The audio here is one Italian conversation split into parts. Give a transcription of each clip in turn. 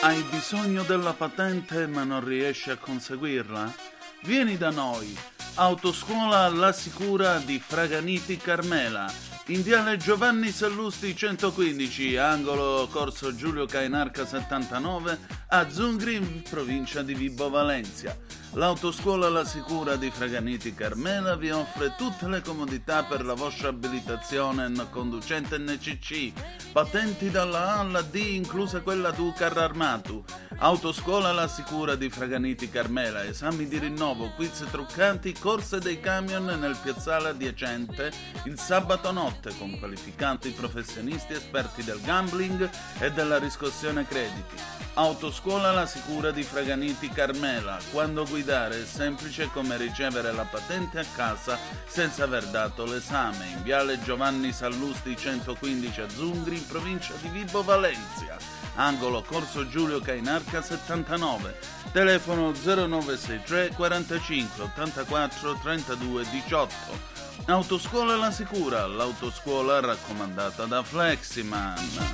Hai bisogno della patente ma non riesci a conseguirla? Vieni da noi. Autoscuola La Sicura di Fraganiti Carmela, in viale Giovanni Sallusti 115, angolo Corso Giulio Cainarca 79, a Zungri, in provincia di Vibo Valentia. L'Autoscuola La Sicura di Fraganiti Carmela vi offre tutte le comodità per la vostra abilitazione conducente NCC, patenti dalla A alla D, inclusa quella du carro armato. Autoscuola La Sicura di Fraganiti Carmela, esami di rinnovo, quiz truccanti, corse dei camion nel piazzale adiacente il sabato notte con qualificanti professionisti esperti del gambling e della riscossione crediti. Autoscuola La Sicura di Fraganiti Carmela, quando guidare è semplice come ricevere la patente a casa senza aver dato l'esame, in viale Giovanni Sallusti 115 a Zungri, in provincia di Vibo Valentia, angolo Corso Giulio Cainarca 79, telefono 0963 45 84 32 18. Autoscuola La Sicura, l'autoscuola raccomandata da Fleximan.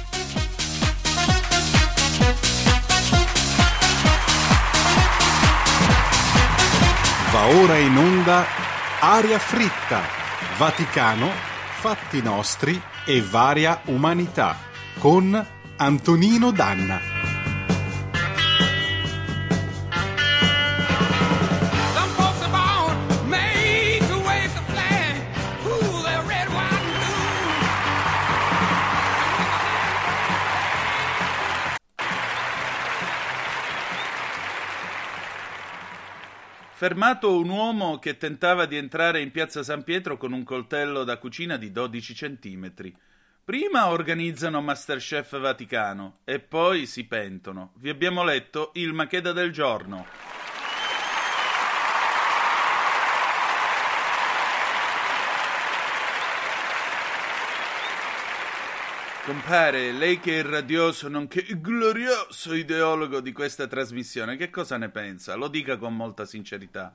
Va ora in onda Aria Fritta, Vaticano, Fatti Nostri e Varia Umanità, con Antonino Danna. Fermato un uomo che tentava di entrare in piazza San Pietro con un coltello da cucina di 12 centimetri. Prima organizzano Masterchef Vaticano e poi si pentono. Vi abbiamo letto il Macheda del giorno. Compare, lei che è radioso nonché glorioso ideologo di questa trasmissione, che cosa ne pensa? Lo dica con molta sincerità.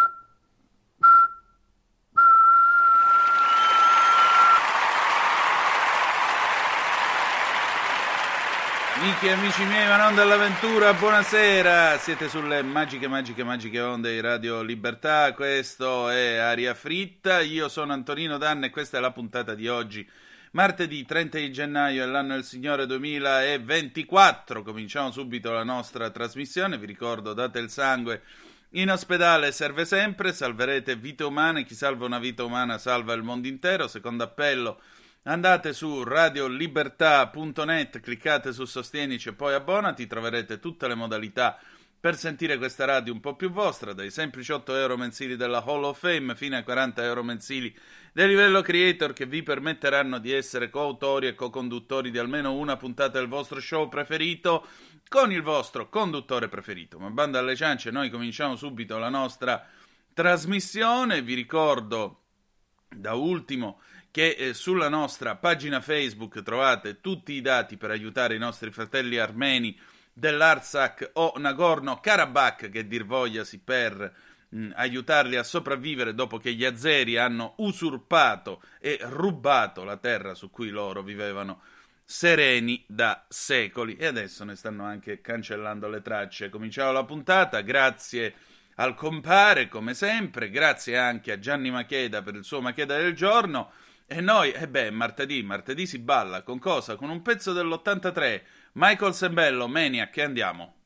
Amiche e amici miei, ma non dell'avventura, buonasera! Siete sulle magiche onde di Radio Libertà, questo è Aria Fritta, io sono Antonino Danna e questa è la puntata di oggi. Martedì 30 di gennaio è l'anno del Signore 2024, cominciamo subito la nostra trasmissione, vi ricordo date il sangue, in ospedale serve sempre, salverete vite umane, chi salva una vita umana salva il mondo intero, secondo appello andate su radiolibertà.net, cliccate su Sostienici e poi abbonati, troverete tutte le modalità per sentire questa radio un po' più vostra, dai semplici 8 euro mensili della Hall of Fame fino ai 40 euro mensili del livello creator che vi permetteranno di essere coautori e co-conduttori di almeno una puntata del vostro show preferito con il vostro conduttore preferito. Ma banda alle ciance, noi cominciamo subito la nostra trasmissione. Vi ricordo da ultimo che sulla nostra pagina Facebook trovate tutti i dati per aiutare i nostri fratelli armeni dell'Artsakh o Nagorno-Karabakh, che dir vogliasi, per aiutarli a sopravvivere dopo che gli azeri hanno usurpato e rubato la terra su cui loro vivevano sereni da secoli e adesso ne stanno anche cancellando le tracce. Cominciamo la puntata, grazie al compare come sempre, grazie anche a Gianni Macheda per il suo Macheda del giorno e noi, martedì si balla, con cosa? Con un pezzo dell'83, Michael Sembello, Maniac, e andiamo.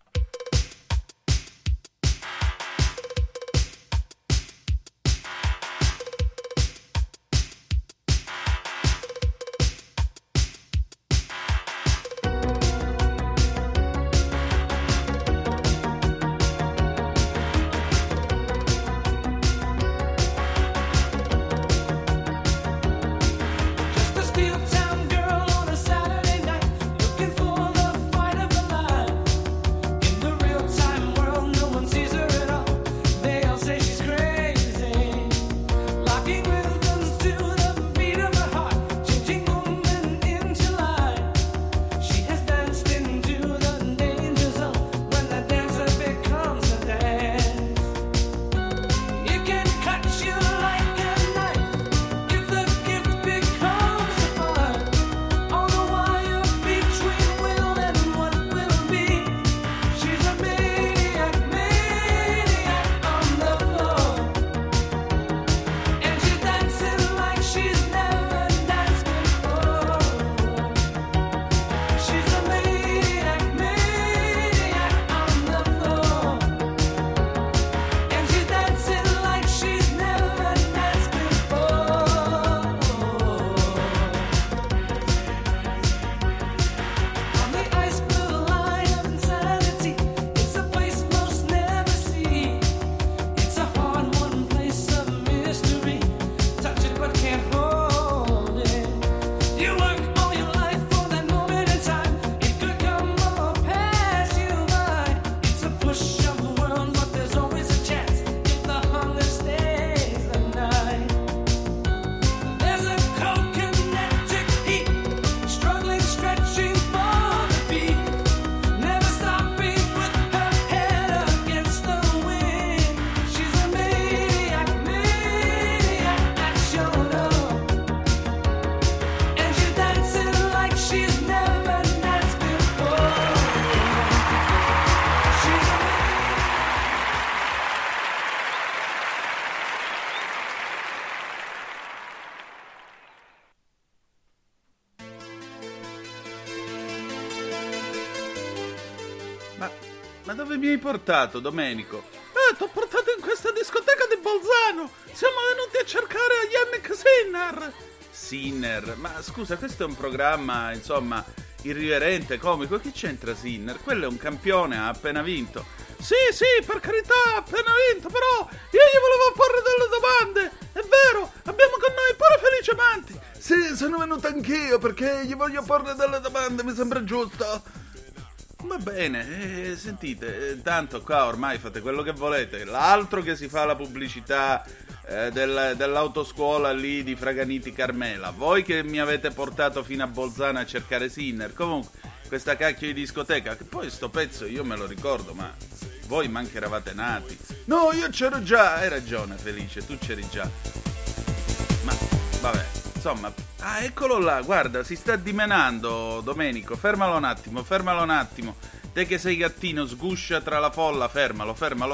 Ma dove mi hai portato, Domenico? T'ho portato in questa discoteca di Bolzano. Siamo venuti a cercare Yannick Sinner. Sinner? Ma scusa, questo è un programma, insomma, irriverente, comico. Che c'entra Sinner? Quello è un campione, ha appena vinto. Sì, per carità, ha appena vinto, però io gli volevo porre delle domande. È vero, abbiamo con noi pure Felice Manti. Sì, sono venuto anch'io perché gli voglio porre delle domande, mi sembra giusto. Va bene, sentite, tanto qua ormai fate quello che volete. L'altro che si fa la pubblicità dell'autoscuola lì di Fraganiti Carmela. Voi che mi avete portato fino a Bolzano a cercare Sinner. Comunque, questa cacchio di discoteca, che poi sto pezzo io me lo ricordo, ma voi manche eravate nati. No, io c'ero già. Hai ragione, Felice, tu c'eri già. Ma, vabbè, insomma... Ah, eccolo là, guarda, si sta dimenando, Domenico. Fermalo un attimo. Te che sei gattino, sguscia tra la folla, fermalo. Piglialo.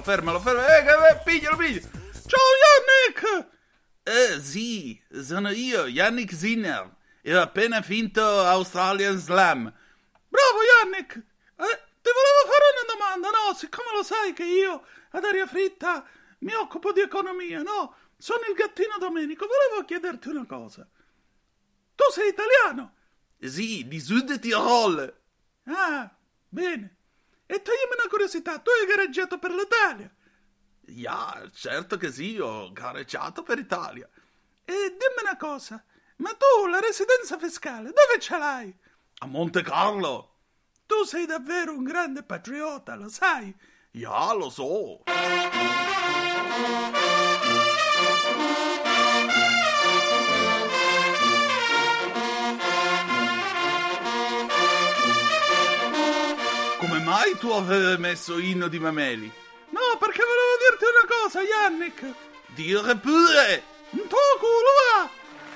Ciao, Yannick! Sì, sono io, Yannick Sinner. E ho appena vinto Australian Slam. Bravo, Yannick! Ti volevo fare una domanda, no? Siccome lo sai che io ad Aria Fritta mi occupo di economia, no? Sono il gattino Domenico, volevo chiederti una cosa. Tu sei italiano? Sì, di Sud Tirol. Ah, bene. E toglimi una curiosità, tu hai gareggiato per l'Italia? Ja, certo che sì, ho gareggiato per Italia. E dimmi una cosa, ma tu la residenza fiscale dove ce l'hai? A Monte Carlo. Tu sei davvero un grande patriota, lo sai? Ja, lo so. Come mai tu avevi messo Inno di Mameli? No, perché volevo dirti una cosa, Yannick. Dire pure! In tuo culo, va!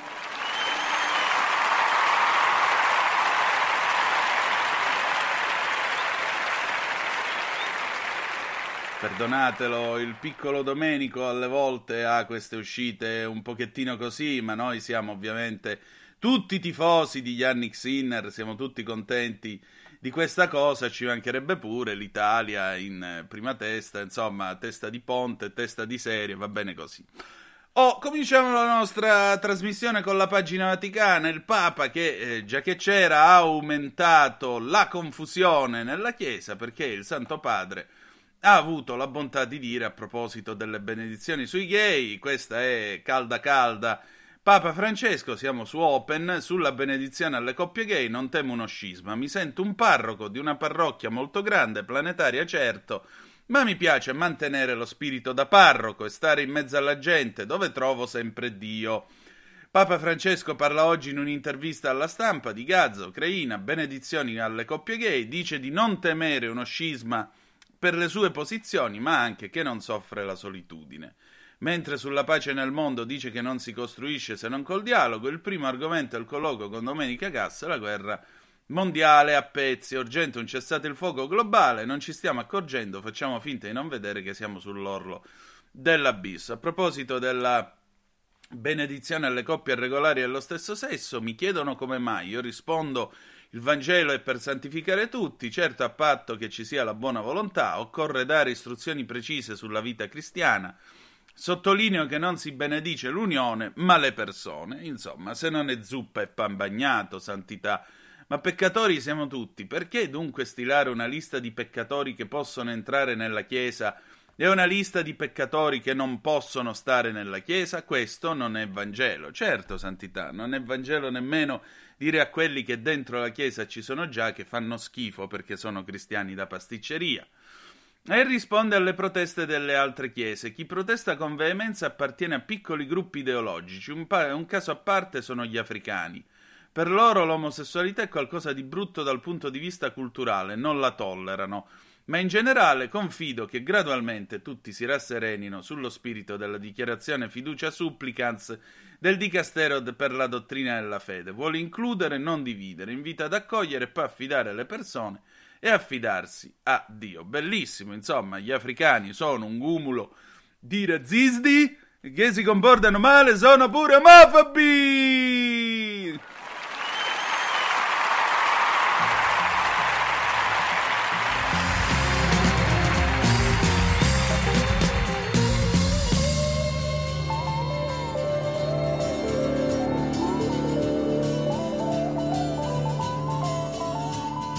Perdonatelo, il piccolo Domenico alle volte ha queste uscite un pochettino così, ma noi siamo ovviamente tutti tifosi di Yannick Sinner, siamo tutti contenti di questa cosa, ci mancherebbe pure l'Italia in prima testa, insomma, testa di ponte, testa di serie, va bene così. Cominciamo la nostra trasmissione con la pagina vaticana. Il Papa che, già che c'era, ha aumentato la confusione nella Chiesa perché il Santo Padre ha avuto la bontà di dire a proposito delle benedizioni sui gay, questa è calda, Papa Francesco, siamo su Open, sulla benedizione alle coppie gay non temo uno scisma, mi sento un parroco di una parrocchia molto grande, planetaria certo, ma mi piace mantenere lo spirito da parroco e stare in mezzo alla gente dove trovo sempre Dio. Papa Francesco parla oggi in un'intervista alla Stampa di Gaza, Ucraina, benedizioni alle coppie gay, dice di non temere uno scisma per le sue posizioni, ma anche che non soffre la solitudine. Mentre sulla pace nel mondo dice che non si costruisce se non col dialogo, il primo argomento è il colloquio con Domenica Cassa, la guerra mondiale a pezzi, urgente un cessate il fuoco globale, non ci stiamo accorgendo, facciamo finta di non vedere che siamo sull'orlo dell'abisso. A proposito della benedizione alle coppie regolari dello stesso sesso, mi chiedono come mai, io rispondo: il Vangelo è per santificare tutti, certo a patto che ci sia la buona volontà, occorre dare istruzioni precise sulla vita cristiana. Sottolineo che non si benedice l'unione, ma le persone. Insomma, se non è zuppa e pan bagnato, santità. Ma peccatori siamo tutti. Perché dunque stilare una lista di peccatori che possono entrare nella Chiesa e una lista di peccatori che non possono stare nella Chiesa? Questo non è Vangelo. Certo, santità, non è Vangelo nemmeno dire a quelli che dentro la Chiesa ci sono già che fanno schifo perché sono cristiani da pasticceria. E risponde alle proteste delle altre chiese. Chi protesta con veemenza appartiene a piccoli gruppi ideologici. Un caso a parte sono gli africani. Per loro l'omosessualità è qualcosa di brutto dal punto di vista culturale, non la tollerano. Ma in generale confido che gradualmente tutti si rasserenino sullo spirito della dichiarazione fiducia supplicans del Dicastero per la dottrina della fede. Vuole includere e non dividere, invita ad accogliere e poi affidare le persone e affidarsi a Dio. Bellissimo, insomma, gli africani sono un cumulo di razzisti che si comportano male, sono pure omofobi!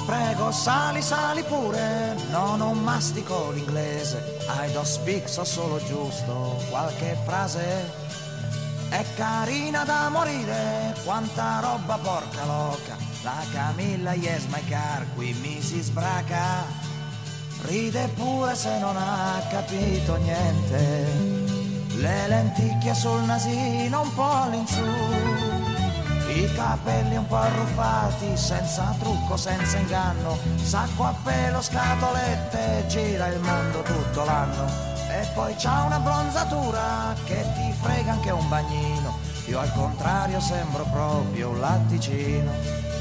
prego, sali, sali pure, no, non mastico l'inglese, I don't speak, so solo giusto qualche frase. È carina da morire, quanta roba porca loca, la Camilla yes my car, qui mi si sbraca, ride pure se non ha capito niente, le lenticchie sul nasino un po' all'insù, i capelli un po' arruffati, senza trucco, senza inganno, sacco a pelo, scatolette, gira il mondo tutto l'anno. E poi c'ha una bronzatura che ti frega anche un bagnino, io al contrario sembro proprio un latticino.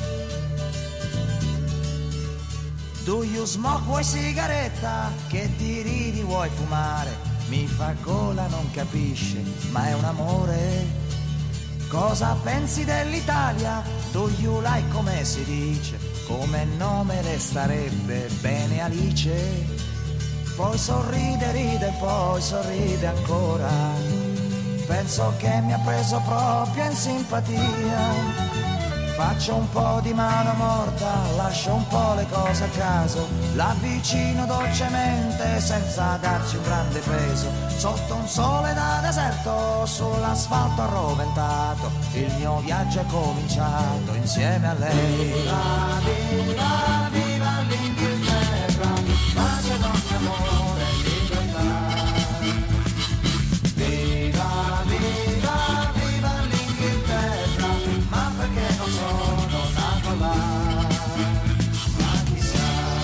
Do you smoke, vuoi sigaretta? Che ti ridi, vuoi fumare? Mi fa gola, non capisce, ma è un amore. Cosa pensi dell'Italia? Do you like, come si dice? Come nome resterebbe bene Alice. Poi sorride, ride, poi sorride ancora. Penso che mi ha preso proprio in simpatia. Faccio un po' di mano morta, lascio un po' le cose a caso, l'avvicino dolcemente senza darci un grande peso. Sotto un sole da deserto, sull'asfalto arroventato, il mio viaggio è cominciato insieme a lei. Viva, viva, viva l'Inghilterra, pace, nostro amore, libertà. Viva, viva, viva l'Inghilterra, ma perché non sono nato là, ma chissà.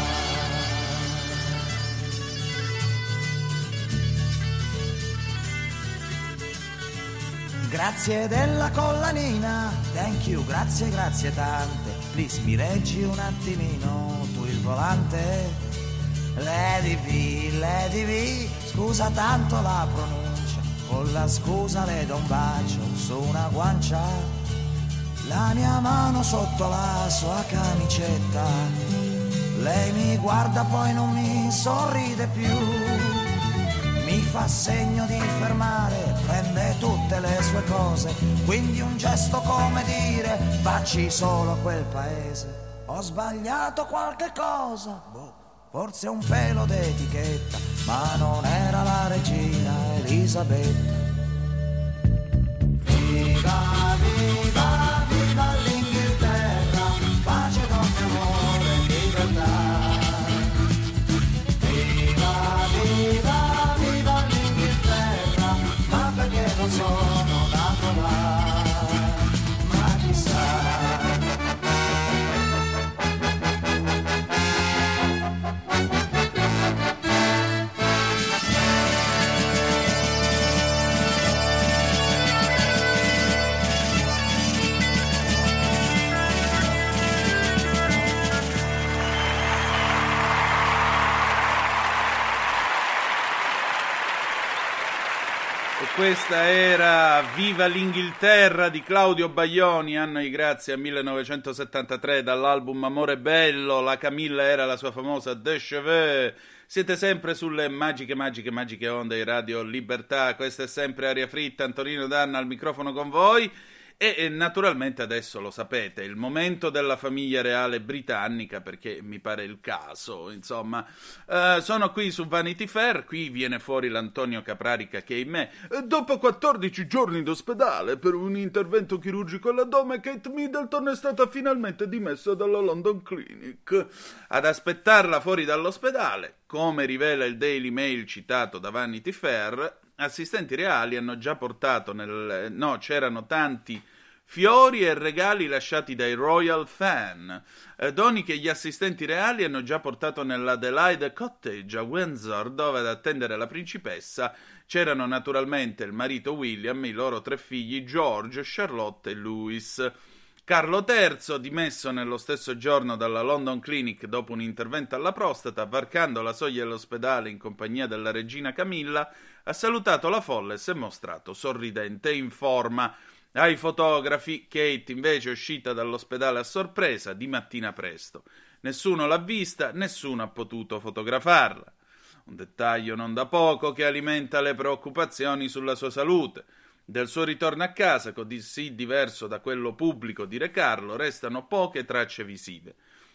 Grazie della collanina, thank you, grazie, grazie tante. Please mi reggi un attimino tu il volante. Lady V, scusa tanto la pronuncia, con la scusa le do un bacio su una guancia. La mia mano sotto la sua camicetta, lei mi guarda poi non mi sorride più, mi fa segno di fermare, prende tutte le sue cose, quindi un gesto come dire facci solo a quel paese. Ho sbagliato qualche cosa, forse un pelo d'etichetta, ma non era la regina Elisabetta. Viva, viva, viva l'Inghilterra, pace, donne, amore, libertà. Viva, viva, viva l'Inghilterra, ma perché non sono nato là, ma chissà. Questa era Viva l'Inghilterra di Claudio Baglioni, anno di grazia 1973, dall'album Amore Bello. La Camilla era la sua famosa De Cheveux. Siete sempre sulle magiche onde di Radio Libertà. Questa è sempre Aria Fritta, Antonino Danna al microfono con voi. E naturalmente adesso lo sapete, il momento della famiglia reale britannica, perché mi pare il caso, insomma. Sono qui su Vanity Fair, qui viene fuori l'Antonio Caprarica che è in me. Dopo 14 giorni d'ospedale per un intervento chirurgico all'addome, Kate Middleton è stata finalmente dimessa dalla London Clinic. Ad aspettarla fuori dall'ospedale, come rivela il Daily Mail citato da Vanity Fair, assistenti reali hanno già portato c'erano tanti fiori e regali lasciati dai royal fan, doni che gli assistenti reali hanno già portato nell'Adelaide Cottage a Windsor, dove ad attendere la principessa c'erano naturalmente il marito William e i loro 3 figli George, Charlotte e Louis. Carlo III, dimesso nello stesso giorno dalla London Clinic dopo un intervento alla prostata, varcando la soglia dell'ospedale in compagnia della regina Camilla, ha salutato la folla e si è mostrato sorridente e in forma. Ai fotografi, Kate invece è uscita dall'ospedale a sorpresa di mattina presto. Nessuno l'ha vista, nessuno ha potuto fotografarla. Un dettaglio non da poco che alimenta le preoccupazioni sulla sua salute. Del suo ritorno a casa, così diverso da quello pubblico di Re Carlo, restano poche tracce visive.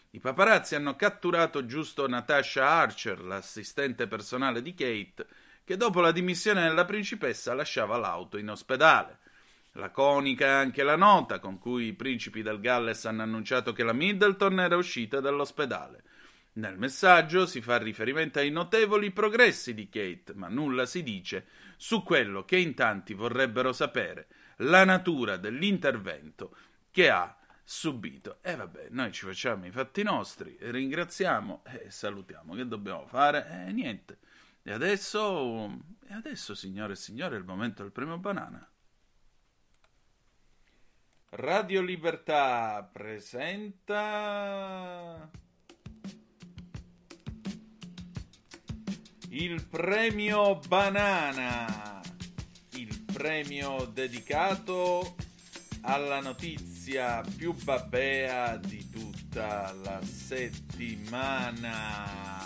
I paparazzi hanno catturato giusto Natasha Archer, l'assistente personale di Kate, che dopo la dimissione della principessa lasciava l'auto in ospedale. Laconica è anche la nota con cui i principi del Galles hanno annunciato che la Middleton era uscita dall'ospedale. Nel messaggio si fa riferimento ai notevoli progressi di Kate, ma nulla si dice su quello che in tanti vorrebbero sapere, la natura dell'intervento che ha subito. E vabbè, noi ci facciamo i fatti nostri, ringraziamo e salutiamo. Che dobbiamo fare? Niente. E adesso, signore e signori, è il momento del premio banana. Radio Libertà presenta il premio banana, il premio dedicato alla notizia più babbea di tutta la settimana.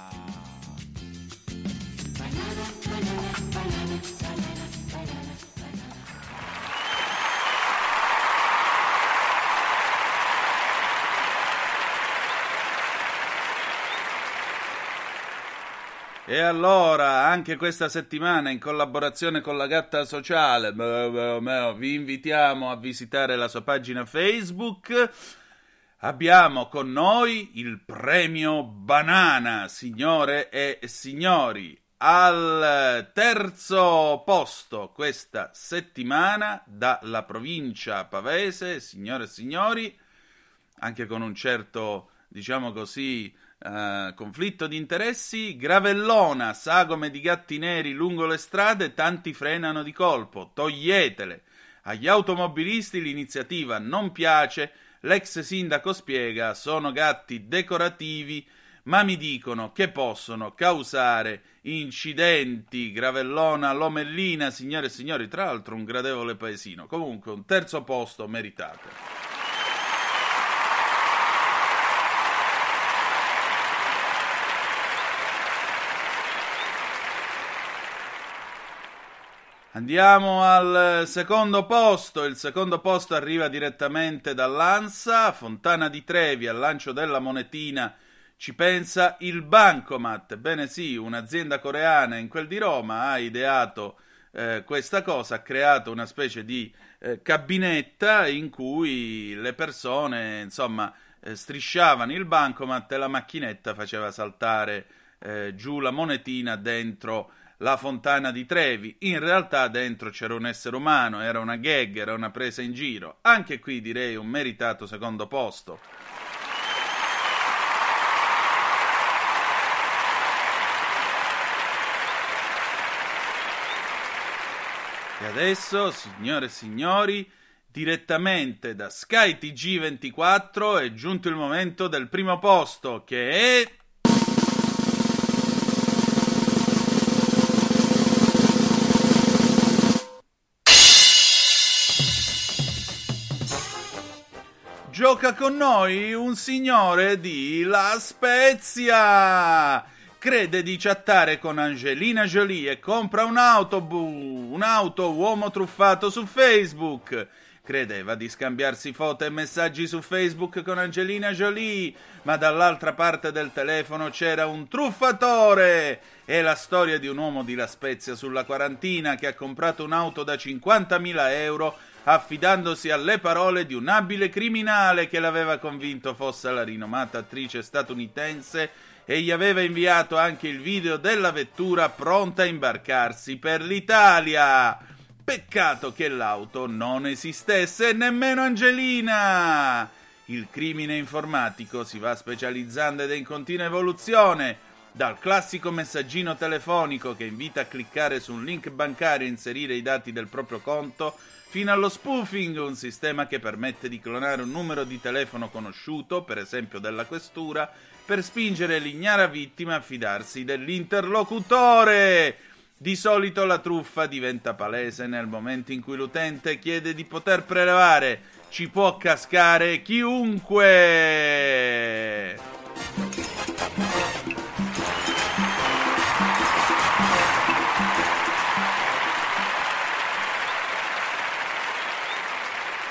E allora, anche questa settimana, in collaborazione con la Gatta Sociale, vi invitiamo a visitare la sua pagina Facebook. Abbiamo con noi il premio Banana, signore e signori. Al terzo posto questa settimana, dalla provincia pavese, signore e signori, anche con un certo, diciamo così, conflitto di interessi, Gravellona, sagome di gatti neri lungo le strade, tanti frenano di colpo, toglietele. Agli automobilisti l'iniziativa non piace, l'ex sindaco spiega, sono gatti decorativi, ma mi dicono che possono causare incidenti. Gravellona, Lomellina, signore e signori, tra l'altro un gradevole paesino. Comunque un terzo posto meritato. Andiamo al secondo posto. Il secondo posto arriva direttamente dall'ANSA, Fontana di Trevi. Al lancio della monetina ci pensa il Bancomat. Bene sì, un'azienda coreana in quel di Roma ha ideato questa cosa, ha creato una specie di cabinetta in cui le persone, insomma, strisciavano il Bancomat e la macchinetta faceva saltare giù la monetina dentro la Fontana di Trevi. In realtà dentro c'era un essere umano, era una gag, era una presa in giro. Anche qui direi un meritato secondo posto. E adesso, signore e signori, direttamente da Sky TG24 è giunto il momento del primo posto, che è gioca con noi un signore di La Spezia. Crede di chattare con Angelina Jolie e compra un'auto uomo truffato su Facebook. Credeva di scambiarsi foto e messaggi su Facebook con Angelina Jolie, ma dall'altra parte del telefono c'era un truffatore. È la storia di un uomo di La Spezia sulla quarantina che ha comprato un'auto da 50.000 euro affidandosi alle parole di un abile criminale che l'aveva convinto fosse la rinomata attrice statunitense e gli aveva inviato anche il video della vettura pronta a imbarcarsi per l'Italia. Peccato che l'auto non esistesse, nemmeno Angelina! Il crimine informatico si va specializzando ed è in continua evoluzione, dal classico messaggino telefonico che invita a cliccare su un link bancario e inserire i dati del proprio conto, fino allo spoofing, un sistema che permette di clonare un numero di telefono conosciuto, per esempio della questura, per spingere l'ignara vittima a fidarsi dell'interlocutore. Di solito la truffa diventa palese nel momento in cui l'utente chiede di poter prelevare. Ci può cascare chiunque!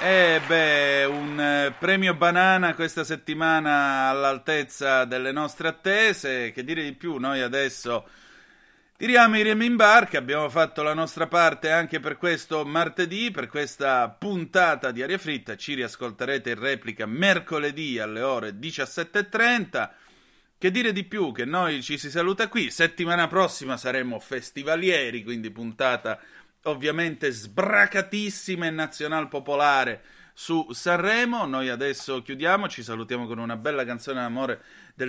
Un premio banana questa settimana all'altezza delle nostre attese. Che dire di più? Noi adesso tiriamo i remi in barca, abbiamo fatto la nostra parte anche per questo martedì, per questa puntata di Aria Fritta. Ci riascolterete in replica mercoledì alle ore 17:30. Che dire di più? Che noi ci si saluta qui. Settimana prossima saremo festivalieri, quindi puntata ovviamente sbracatissima e nazional popolare su Sanremo. Noi adesso chiudiamo, ci salutiamo con una bella canzone d'amore del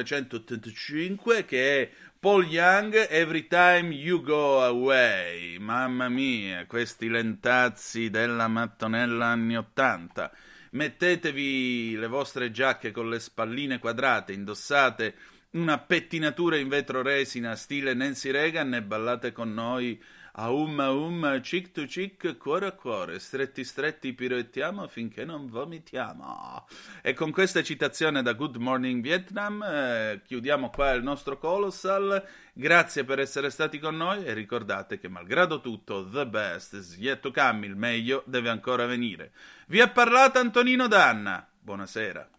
1985 che è Paul Young, Every Time You Go Away. Mamma mia, questi lentazzi della mattonella anni 80. Mettetevi le vostre giacche con le spalline quadrate, indossate una pettinatura in vetro resina stile Nancy Reagan e ballate con noi a cheek to cheek, cuore a cuore, stretti stretti piroettiamo finché non vomitiamo. E con questa citazione da Good Morning Vietnam chiudiamo qua il nostro Colossal. Grazie per essere stati con noi e ricordate che malgrado tutto the best is yet to come, il meglio deve ancora venire. Vi ha parlato Antonino Danna, buonasera.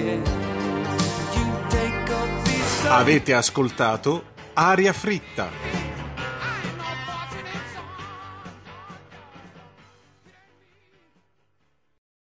Avete ascoltato Aria Fritta.